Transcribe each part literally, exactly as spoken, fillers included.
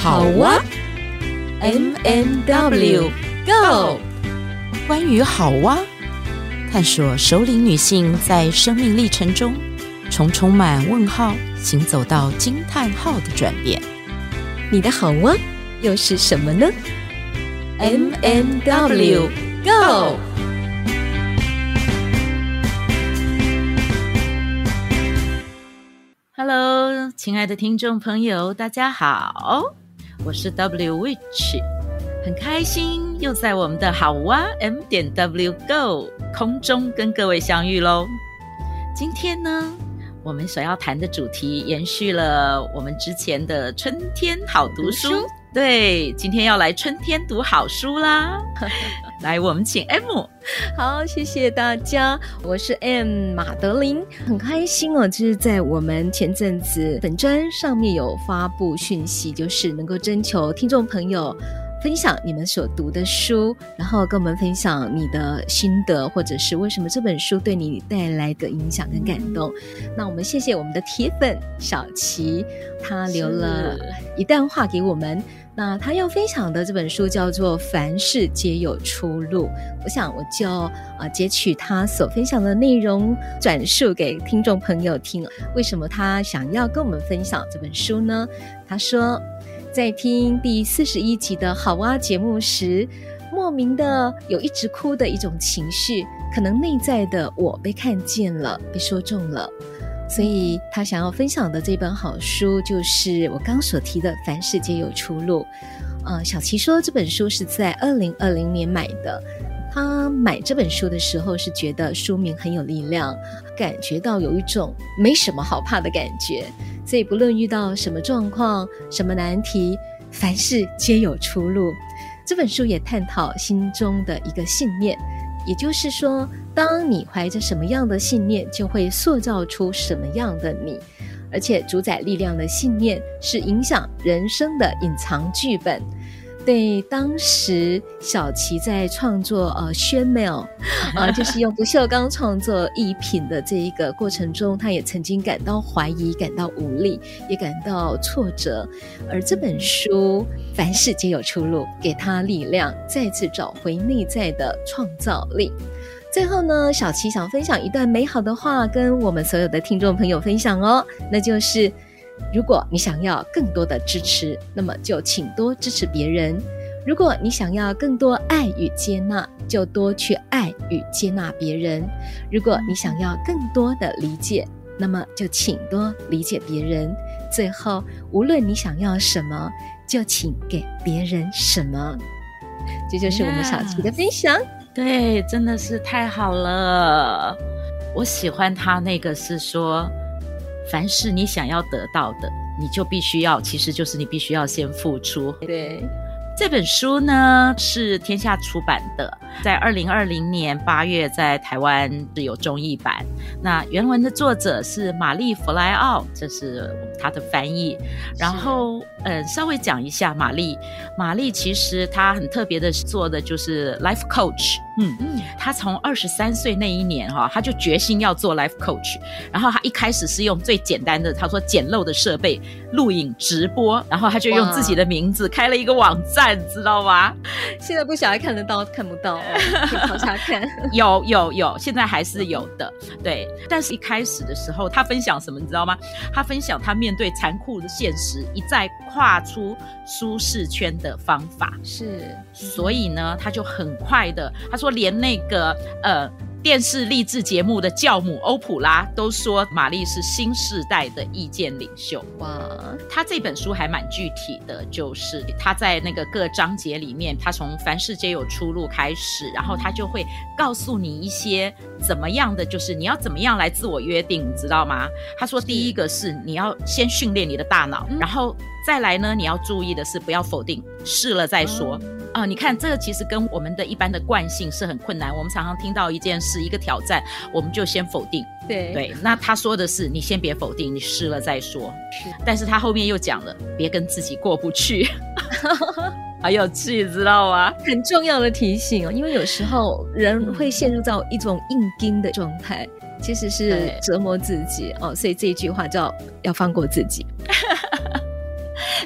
好哇 M M W Go。 关于好哇，探索首领女性在生命历程中从充满问号行走到惊叹号的转变。 你的好哇又是什么呢？ M M W Go。 Hello， 亲爱的听众朋友，大家好，我是 W Witch， 很开心又在我们的好哇 M 点 W Go 空中跟各位相遇咯。今天呢，我们所要谈的主题延续了我们之前的春天好读书，读书对，今天要来春天读好书啦。来，我们请 M。 好，谢谢大家，我是 M 马德琳，很开心哦，就是在我们前阵子本专上面有发布讯息，就是能够征求听众朋友分享你们所读的书，然后跟我们分享你的心得，或者是为什么这本书对你带来的影响跟感动。那我们谢谢我们的铁粉小琪，他留了一段话给我们，那他要分享的这本书叫做凡事皆有出路，我想我就、呃、截取他所分享的内容转述给听众朋友听。为什么他想要跟我们分享这本书呢？他说，在听第四十一集的好哇节目时，莫名的有一直哭的一种情绪，可能内在的我被看见了，被说中了，所以他想要分享的这本好书就是我刚所提的凡事皆有出路。呃，小琪说这本书是在二零二零年买的，他买这本书的时候是觉得书名很有力量，感觉到有一种没什么好怕的感觉，所以不论遇到什么状况什么难题，凡事皆有出路。这本书也探讨心中的一个信念，也就是说，当你怀着什么样的信念，就会塑造出什么样的你，而且主宰力量的信念是影响人生的隐藏剧本。对，当时小琪在创作呃宣美呃就是用不锈钢创作艺品的这一个过程中，他也曾经感到怀疑，感到无力，也感到挫折，而这本书凡事皆有出路，给他力量，再次找回内在的创造力。最后呢，小琪想分享一段美好的话跟我们所有的听众朋友分享哦，那就是如果你想要更多的支持，那么就请多支持别人；如果你想要更多爱与接纳，就多去爱与接纳别人；如果你想要更多的理解，那么就请多理解别人。最后，无论你想要什么，就请给别人什么。这就是我们小琪的分享。Yeah. 对，真的是太好了。我喜欢他那个是说，凡是你想要得到的，你就必须要，其实就是你必须要先付出。 对， 这本书呢是天下出版的，在二零二零年八月在台湾是有中译版。那原文的作者是玛丽弗莱奥，这是他的翻译。然后呃，稍微讲一下玛丽。玛丽其实她很特别的做的就是 life coach。嗯嗯，她从二十三岁那一年哈、哦，她就决心要做 life coach。然后她一开始是用最简单的，她说简陋的设备录影直播，然后她就用自己的名字开了一个网站，知道吗？ 现在不晓得看得到看不到、哦，可以跑查看。 有有有，现在还是有的。对，但是一开始的时候，她分享什么你知道吗？她分享她面对残酷的现实，一再跨出舒适圈的方法。 是， 所以呢，她就很快的，她说连那个呃电视励志节目的教母欧普拉都说玛丽是新世代的意见领袖。 哇， 她这本书还蛮具体的，就是她在那个各章节里面，她从凡事皆有出路开始，然后她就会告诉你一些怎么样的，就是你要怎么样来自我约定，你知道吗？她说第一个是你要先训练你的大脑，然后再来呢，你要注意的是不要否定，试了再说。嗯啊、呃，你看这个其实跟我们的一般的惯性是很困难，我们常常听到一件事一个挑战，我们就先否定。 对对，那他说的是你先别否定，你试了再说。是，但是他后面又讲了别跟自己过不去。好有趣，知道吗？ 很重要的提醒哦，因为有时候人会陷入到一种硬盯的状态，其实是折磨自己哦，所以这一句话叫要放过自己。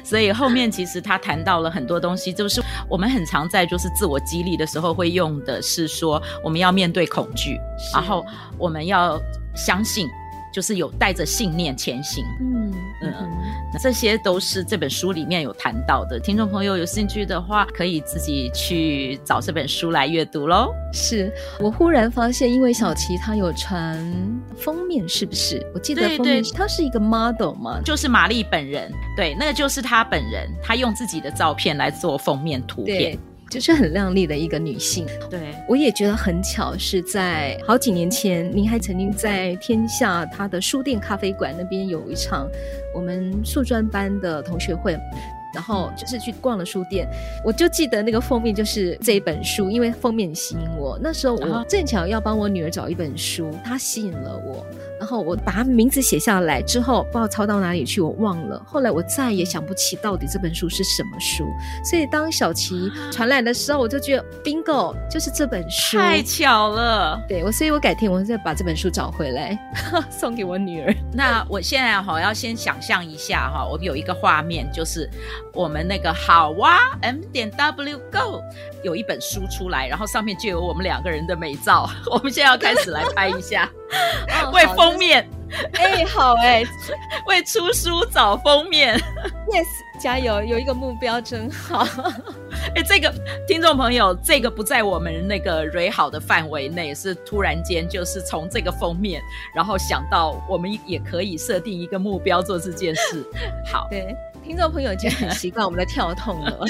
所以后面其实他谈到了很多东西，就是我们很常在就是自我激励的时候会用的是说我们要面对恐惧，然后我们要相信，就是有带着信念前行。嗯嗯，这些都是这本书里面有谈到的，听众朋友有兴趣的话可以自己去找这本书来阅读咯。 是，我忽然发现因为小琪她有传封面，是不是？我记得封面她是一个 model 嘛， 就是玛丽本人，对，那个就是她本人，她用自己的照片来做封面图片， 就是很靓丽的一个女性。 对， 我也觉得很巧，是在好几年前您还曾经在天下她的书店咖啡馆那边有一场我们数专班的同学会，然后就是去逛了书店，我就记得那个封面就是这一本书，因为封面吸引我，那时候我正巧要帮我女儿找一本书，她吸引了我，然后我把她名字写下来之后不知道抄到哪里去，我忘了，后来我再也想不起到底这本书是什么书，所以当小琪传来的时候我就觉得 bingo 就是这本书， 太巧了。 对，我所以我改天我再把这本书找回来送给我女儿。 那我现在好要先想象一下哈，我有一个画面，就是我们那个好哇 M 点 W Go 有一本书出来，然后上面就有我们两个人的美照，我们现在要开始来拍一下哦、为封面哎、欸，好哎、欸， 为出书找封面 yes 加油，有一个目标真好。 哎、欸，这个听众朋友，这个不在我们那个蕊好的范围内，是突然间就是从这个封面然后想到我们也可以设定一个目标做这件事。好， 对，听众朋友已经很习惯我们的跳痛了。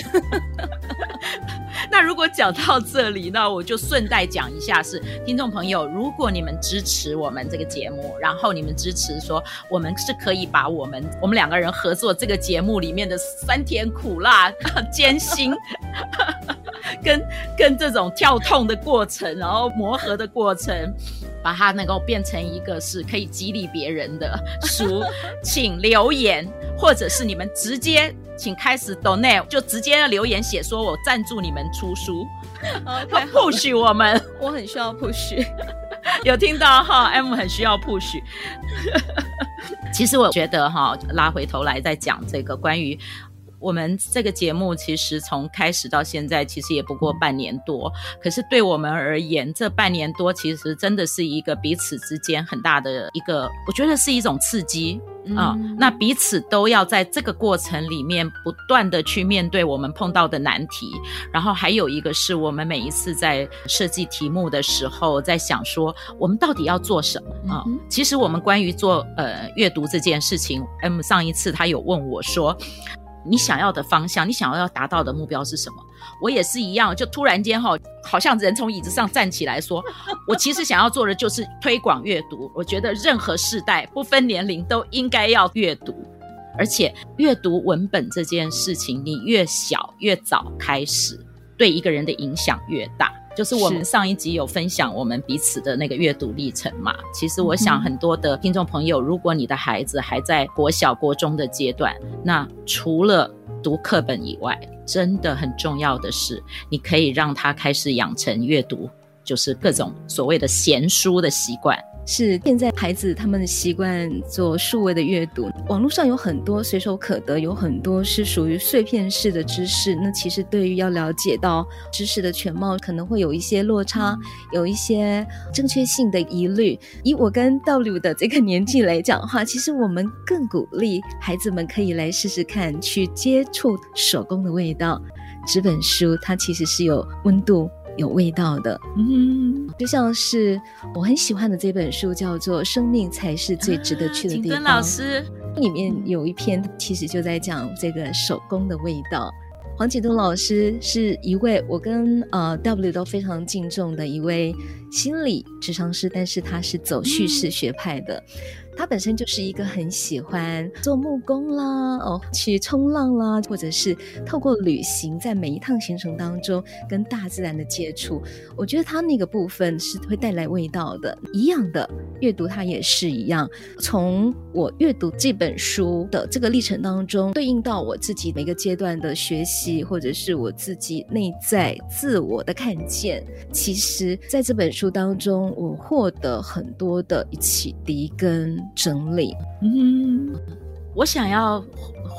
那如果讲到这里，那我就顺带讲一下，是听众朋友，如果你们支持我们这个节目，然后你们支持说我们是可以把我们我们两个人合作这个节目里面的酸甜苦辣艰辛跟跟这种跳痛的过程，然后磨合的过程，把它能够变成一个是可以激励别人的书，请留言，或者是你们直接请开始 donate， 就直接留言写说我赞助你们出书， okay, push 我们， 我很需要 push。 有听到哈 M 很需要 push。 其实我觉得哈，拉回头来再讲这个关于我们这个节目，其实从开始到现在其实也不过半年多，可是对我们而言，这半年多其实真的是一个彼此之间很大的一个，我觉得是一种刺激啊、嗯，那彼此都要在这个过程里面不断的去面对我们碰到的难题，然后还有一个是我们每一次在设计题目的时候在想说我们到底要做什么啊、嗯？其实我们关于做呃阅读这件事情 M 上一次他有问我说你想要的方向，你想要达到的目标是什么？我也是一样，就突然间好像人从椅子上站起来说我其实想要做的就是推广阅读，我觉得任何世代不分年龄都应该要阅读，而且阅读文本这件事情你越小越早开始，对一个人的影响越大。就是我们上一集有分享我们彼此的那个阅读历程嘛，其实我想很多的听众朋友，如果你的孩子还在国小国中的阶段，那除了读课本以外，真的很重要的是你可以让他开始养成阅读，就是各种所谓的闲书的习惯。 是现在孩子他们习惯做数位的阅读，网络上有很多随手可得，有很多是属于碎片式的知识，那其实对于要了解到知识的全貌可能会有一些落差，有一些正确性的疑虑。以我跟 W 的这个年纪来讲的话，其实我们更鼓励孩子们可以来试试看，去接触手工的味道。纸本书它其实是有温度有味道的，嗯，就像是我很喜欢的这本书叫做《生命才是最值得去的地方》，景敦老师里面有一篇其实就在讲这个手工的味道。黄景敦老师是一位我跟呃 W 都非常敬重的一位心理咨商师，但是他是走叙事学派的、嗯、他本身就是一个很喜欢做木工啦、哦、去冲浪啦，或者是透过旅行在每一趟行程当中跟大自然的接触，我觉得他那个部分是会带来味道的。一样的阅读它也是一样，从我阅读这本书的这个历程当中对应到我自己每个阶段的学习，或者是我自己内在自我的看见，其实在这本书当中我获得很多的启迪跟整理。 嗯，我想要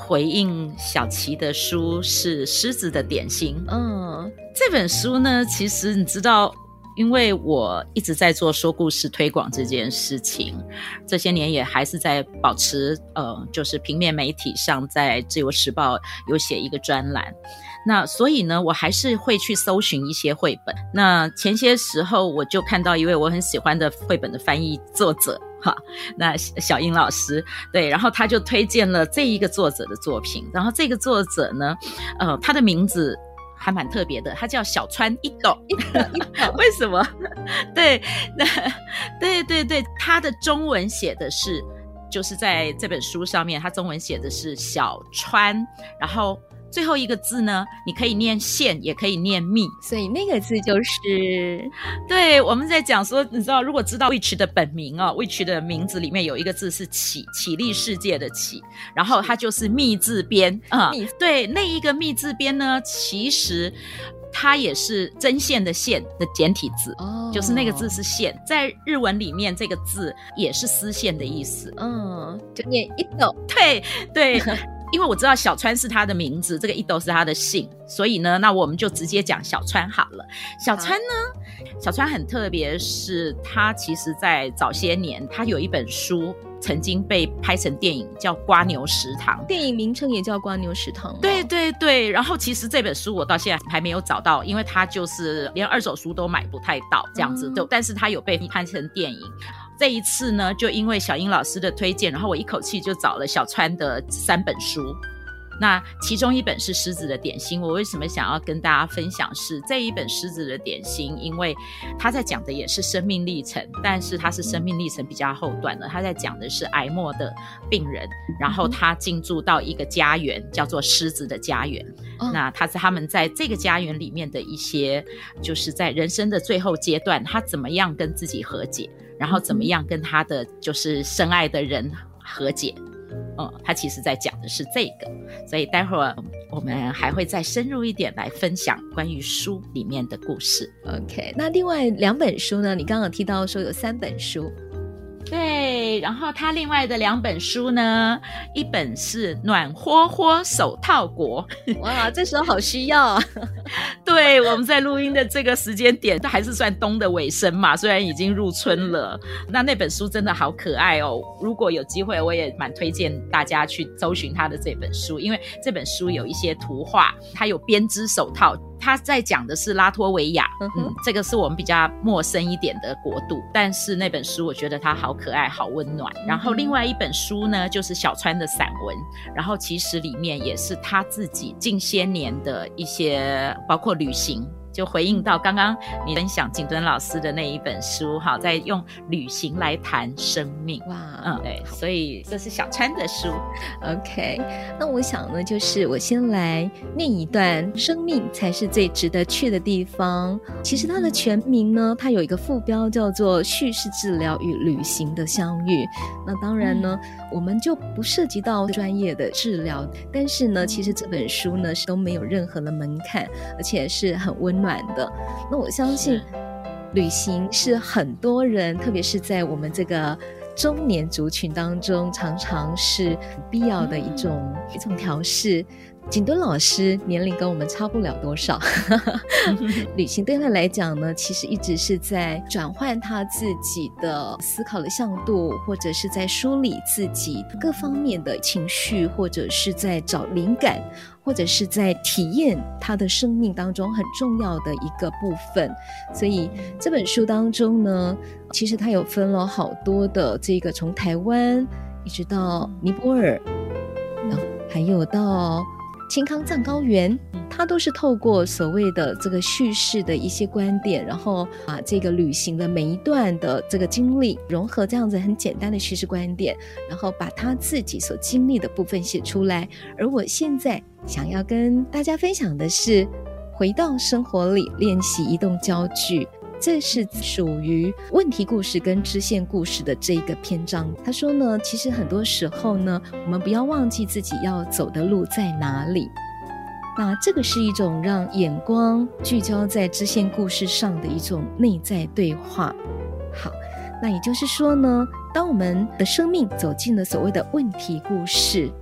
回应小琪的书是《狮子的点心》。 嗯， 这本书呢，其实你知道，因为我一直在做说故事推广这件事情，这些年也还是在保持呃，就是平面媒体上，在自由时报有写一个专栏。那所以呢，我还是会去搜寻一些绘本。那前些时候我就看到一位我很喜欢的绘本的翻译作者哈，那小英老师，对，然后他就推荐了这一个作者的作品。然后这个作者呢，呃，他的名字还蛮特别的，他叫小川一斗。 一斗一斗为什么？对，那对对对，他的中文写的是，就是在这本书上面，他中文写的是小川，然后最后一个字呢，你可以念线，也可以念蜜， 所以那个字就是对，我们在讲说，你知道，如果知道 Witch 的本名哦 ，Witch 的名字里面有一个字是启，启力世界的启，然后它就是密字边啊、嗯。对，那一个密字边呢，其实它也是针线的线的简体字，哦，就是那个字是线，在日文里面这个字也是丝线的意思， 嗯，就念一斗， 对对。因为我知道小川是他的名字，这个一斗是他的姓，所以呢，那我们就直接讲小川好了。小川呢，小川很特别，是他其实在早些年，他有一本书曾经被拍成电影，叫《瓜牛食堂》， 电影名称也叫《瓜牛食堂》。 对对对，然后其实这本书我到现在还没有找到，因为它就是连二手书都买不太到这样子，嗯、但是它有被拍成电影。这一次呢，就因为小英老师的推荐，然后我一口气就找了小川的三本书。那其中一本是《狮子的点心》，我为什么想要跟大家分享是这一本《狮子的点心》，因为他在讲的也是生命历程，但是他是生命历程比较后段的，他在讲的是癌末的病人，然后他进驻到一个家园，叫做狮子的家园。哦、那他是他们在这个家园里面的一些，就是在人生的最后阶段，他怎么样跟自己和解，然后怎么样跟他的就是深爱的人和解。嗯，他其实在讲的是这个，所以待会儿我们还会再深入一点来分享关于书里面的故事。 OK， 那另外两本书呢，你刚刚有提到说有三本书。 对，然后他另外的两本书呢，一本是暖和和手套国。 哇，这时候好需要啊。 对，我们在录音的这个时间点，它还是算冬的尾声嘛，虽然已经入春了。那那本书真的好可爱哦，如果有机会我也蛮推荐大家去搜寻他的这本书，因为这本书有一些图画，它有编织手套，他在讲的是拉脱维亚、嗯嗯、这个是我们比较陌生一点的国度，但是那本书我觉得它好可爱好温暖。然后另外一本书呢，就是小川的散文，然后其实里面也是他自己近些年的一些包括旅行，就回应到刚刚你分享景敦老师的那一本书，好，在用旅行来谈生命。 哇， 嗯，对，所以这是小川的书。 OK， 那我想呢，就是我先来念一段，生命才是最值得去的地方。其实它的全名呢，它有一个副标叫做叙事治疗与旅行的相遇。那当然呢、嗯、我们就不涉及到专业的治疗，但是呢，其实这本书呢都没有任何的门槛，而且是很温暖的。那我相信旅行是很多人，特别是在我们这个中年族群当中，常常是必要的一种、嗯、一种调试。景敦老师年龄跟我们差不了多少旅行对他来讲呢，其实一直是在转换他自己的思考的向度，或者是在梳理自己各方面的情绪，或者是在找灵感，或者是在体验他的生命当中很重要的一个部分。所以这本书当中呢，其实他有分了好多的这个，从台湾一直到尼泊尔，然后还有到青康藏高原，它都是透过所谓的这个叙事的一些观点，然后把这个旅行的每一段的这个经历融合这样子很简单的叙事观点，然后把他自己所经历的部分写出来。而我现在想要跟大家分享的是，回到生活里练习移动焦距，这是属于问题故事跟支线故事的这一个篇章。他说呢，其实很多时候呢，我们不要忘记自己要走的路在哪里。那这个是一种让眼光聚焦在支线故事上的一种内在对话。好，那也就是说呢，当我们的生命走进了所谓的问题故事，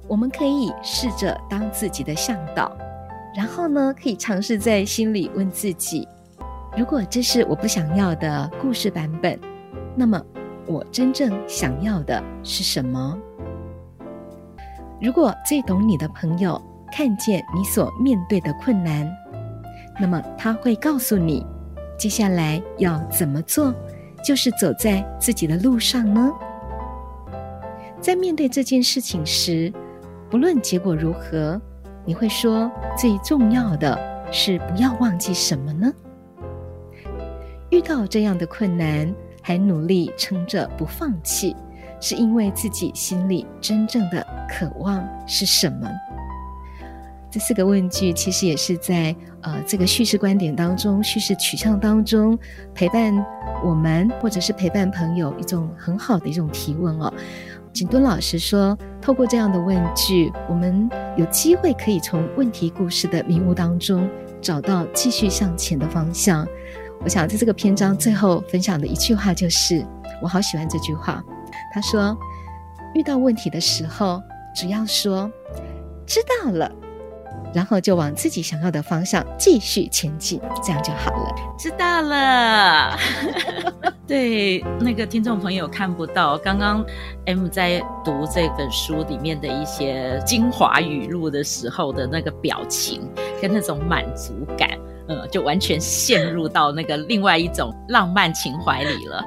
我们可以试着当自己的向导，然后呢，可以尝试在心里问自己，如果这是我不想要的故事版本，那么我真正想要的是什么？如果最懂你的朋友看见你所面对的困难，那么他会告诉你接下来要怎么做，就是走在自己的路上呢？在面对这件事情时，不论结果如何，你会说最重要的是不要忘记什么呢？遇到这样的困难还努力撑着不放弃，是因为自己心里真正的渴望是什么？这四个问句其实也是在呃这个叙事观点当中，叙事取向当中陪伴我们或者是陪伴朋友一种很好的一种提问哦。景敦老师说，透过这样的问句，我们有机会可以从问题故事的迷雾当中找到继续向前的方向。我想在这个篇章最后分享的一句话就是，我好喜欢这句话，他说，遇到问题的时候只要说知道了，然后就往自己想要的方向继续前进，这样就好了。 知道了对，那个听众朋友看不到，刚刚 M 在读这本书里面的一些精华语录的时候的那个表情跟那种满足感，呃，就完全陷入到那个另外一种浪漫情怀里了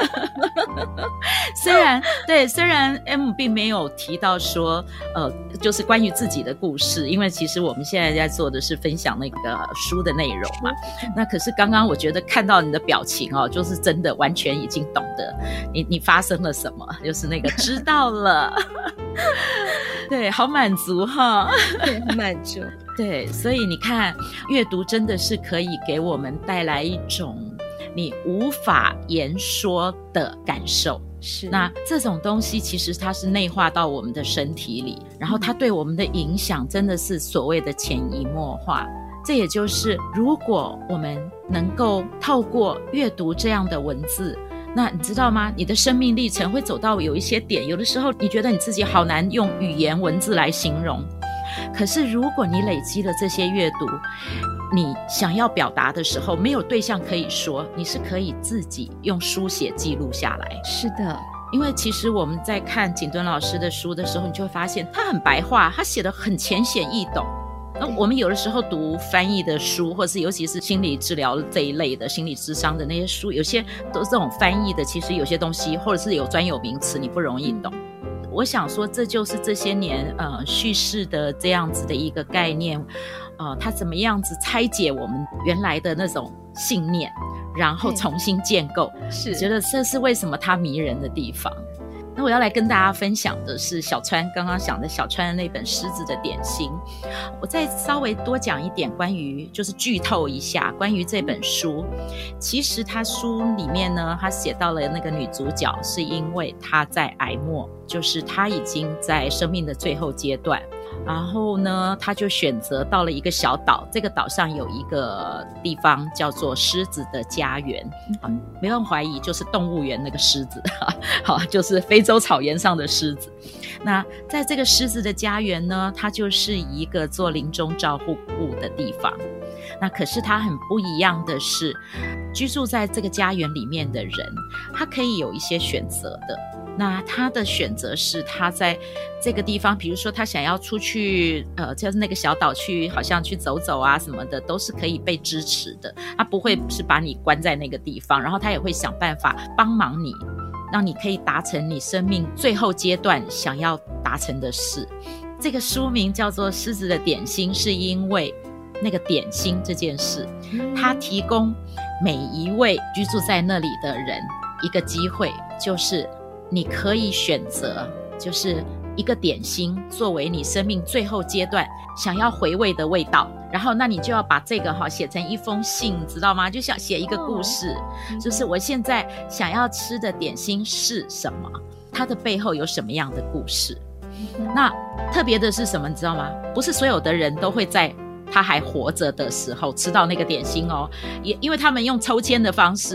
虽然对，虽然 M 并没有提到说呃，就是关于自己的故事，因为其实我们现在在做的是分享那个书的内容嘛。那可是刚刚我觉得看到你的表情哦，就是真的完全已经懂得你你发生了什么，就是那个知道了对，好满足哈对，很满足对，所以你看，阅读真的是可以给我们带来一种你无法言说的感受。 是， 那这种东西其实它是内化到我们的身体里，然后它对我们的影响真的是所谓的潜移默化。这也就是如果我们能够透过阅读这样的文字，那你知道吗？你的生命历程会走到有一些点，有的时候你觉得你自己好难用语言文字来形容，可是如果你累积了这些阅读，你想要表达的时候没有对象可以说，你是可以自己用书写记录下来。 是的， 因为其实我们在看景敦老师的书的时候，你就会发现他很白话，他写得很浅显易懂。那我们有的时候读翻译的书，或是尤其是心理治疗这一类的心理咨商的那些书，有些都是这种翻译的，其实有些东西或者是有专有名词你不容易懂。我想说这就是这些年呃叙事的这样子的一个概念，呃，它怎么样子拆解我们原来的那种信念，然后重新建构。 是， 我觉得这是为什么它迷人的地方。那我要来跟大家分享的是小川刚刚讲的小川的那本狮子的点心。我再稍微多讲一点关于，就是剧透一下关于这本书。其实他书里面呢，他写到了那个女主角是因为她在癌末，就是她已经在生命的最后阶段，然后呢她就选择到了一个小岛，这个岛上有一个地方叫做狮子的家园、嗯、没人怀疑就是动物园那个狮子好，就是非洲草原上的狮子。那在这个狮子的家园呢，它就是一个做临终照护的地方。那可是它很不一样的是，居住在这个家园里面的人，他可以有一些选择的。那他的选择是他在这个地方，比如说他想要出去呃，就是那个小岛去好像去走走啊什么的，都是可以被支持的。他不会是把你关在那个地方，然后他也会想办法帮忙你，让你可以达成你生命最后阶段想要达成的事。这个书名叫做《狮子的点心》，是因为那个点心这件事，它提供每一位居住在那里的人一个机会，就是你可以选择，就是一个点心作为你生命最后阶段想要回味的味道，然后那你就要把这个哈写成一封信，知道吗？就想写一个故事、哦、就是我现在想要吃的点心是什么，它的背后有什么样的故事、嗯、那特别的是什么你知道吗？不是所有的人都会在他还活着的时候吃到那个点心哦，也因为他们用抽签的方式，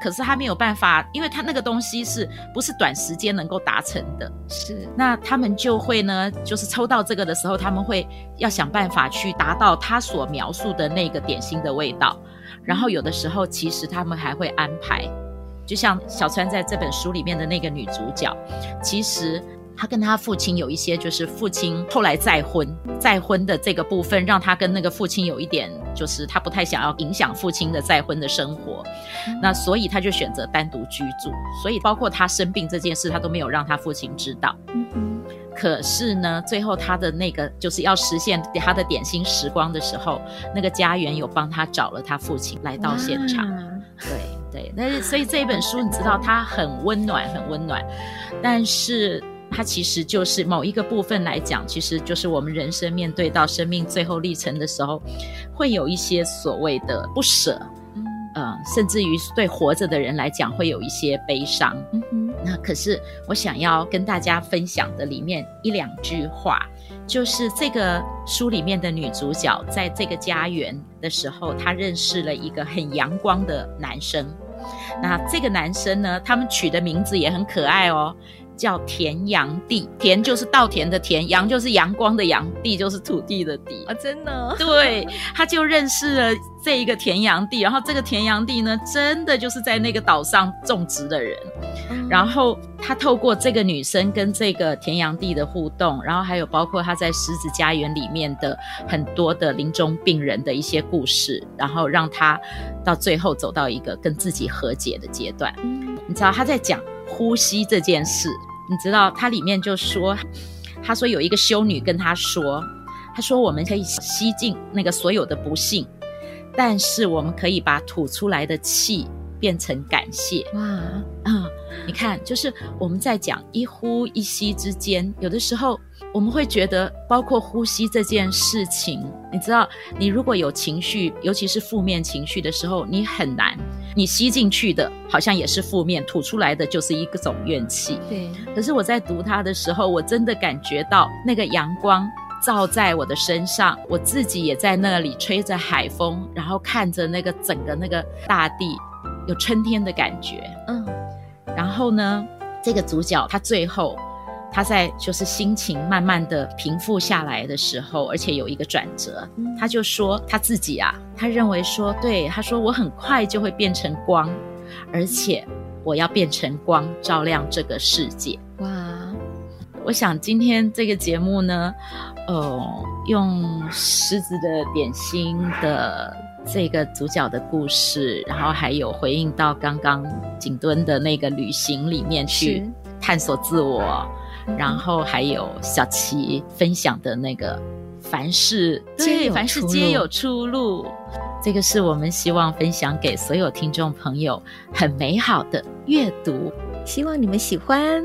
可是他没有办法，因为他那个东西是不是短时间能够达成的， 是， 那他们就会呢，就是抽到这个的时候，他们会要想办法去达到他所描述的那个点心的味道，然后有的时候其实他们还会安排，就像小川在这本书里面的那个女主角，其实他跟他父亲有一些，就是父亲后来再婚再婚的这个部分，让他跟那个父亲有一点，就是他不太想要影响父亲的再婚的生活，嗯、那所以他就选择单独居住，所以包括他生病这件事他都没有让他父亲知道。嗯嗯，可是呢最后他的那个就是要实现他的点心时光的时候，那个家园有帮他找了他父亲来到现场。对对，但是所以这一本书你知道它很温暖很温暖，但是它其实就是某一个部分来讲，其实就是我们人生面对到生命最后历程的时候，会有一些所谓的不舍，嗯、呃，甚至于对活着的人来讲会有一些悲伤。嗯哼，那可是我想要跟大家分享的里面一两句话，就是这个书里面的女主角在这个家园的时候，她认识了一个很阳光的男生。那这个男生呢，他们取的名字也很可爱哦，叫田阳地。田就是稻田的田，阳就是阳光的阳，地就是土地的地啊，真的、哦、 对，他就认识了这一个田阳地，然后这个田阳地呢真的就是在那个岛上种植的人、嗯、然后他透过这个女生跟这个田阳地的互动，然后还有包括他在狮子家园里面的很多的临终病人的一些故事，然后让他到最后走到一个跟自己和解的阶段、嗯、你知道他在讲呼吸这件事，你知道他里面就说，他说有一个修女跟他说，他说我们可以吸进那个所有的不幸，但是我们可以把吐出来的气变成感谢。哇，嗯，你看就是我们在讲一呼一吸之间，有的时候我们会觉得包括呼吸这件事情，你知道你如果有情绪，尤其是负面情绪的时候，你很难，你吸进去的好像也是负面，吐出来的就是一种怨气。对，可是我在读它的时候，我真的感觉到那个阳光照在我的身上，我自己也在那里吹着海风，然后看着那个整个那个大地，有春天的感觉。嗯，然后呢这个主角他最后他在就是心情慢慢的平复下来的时候，而且有一个转折、嗯、他就说他自己啊，他认为说，对，他说我很快就会变成光，而且我要变成光照亮这个世界。哇，我想今天这个节目呢呃，用狮子的点心的这个主角的故事，然后还有回应到刚刚景敦的那个旅行里面去探索自我，然后还有小琪分享的那个凡事对凡事皆有出路，这个是我们希望分享给所有听众朋友很美好的阅读， 希望你们喜欢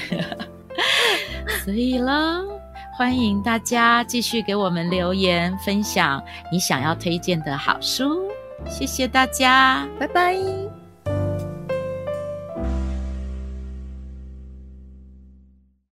所以了欢迎大家继续给我们留言分享你想要推荐的好书，谢谢大家， 拜拜。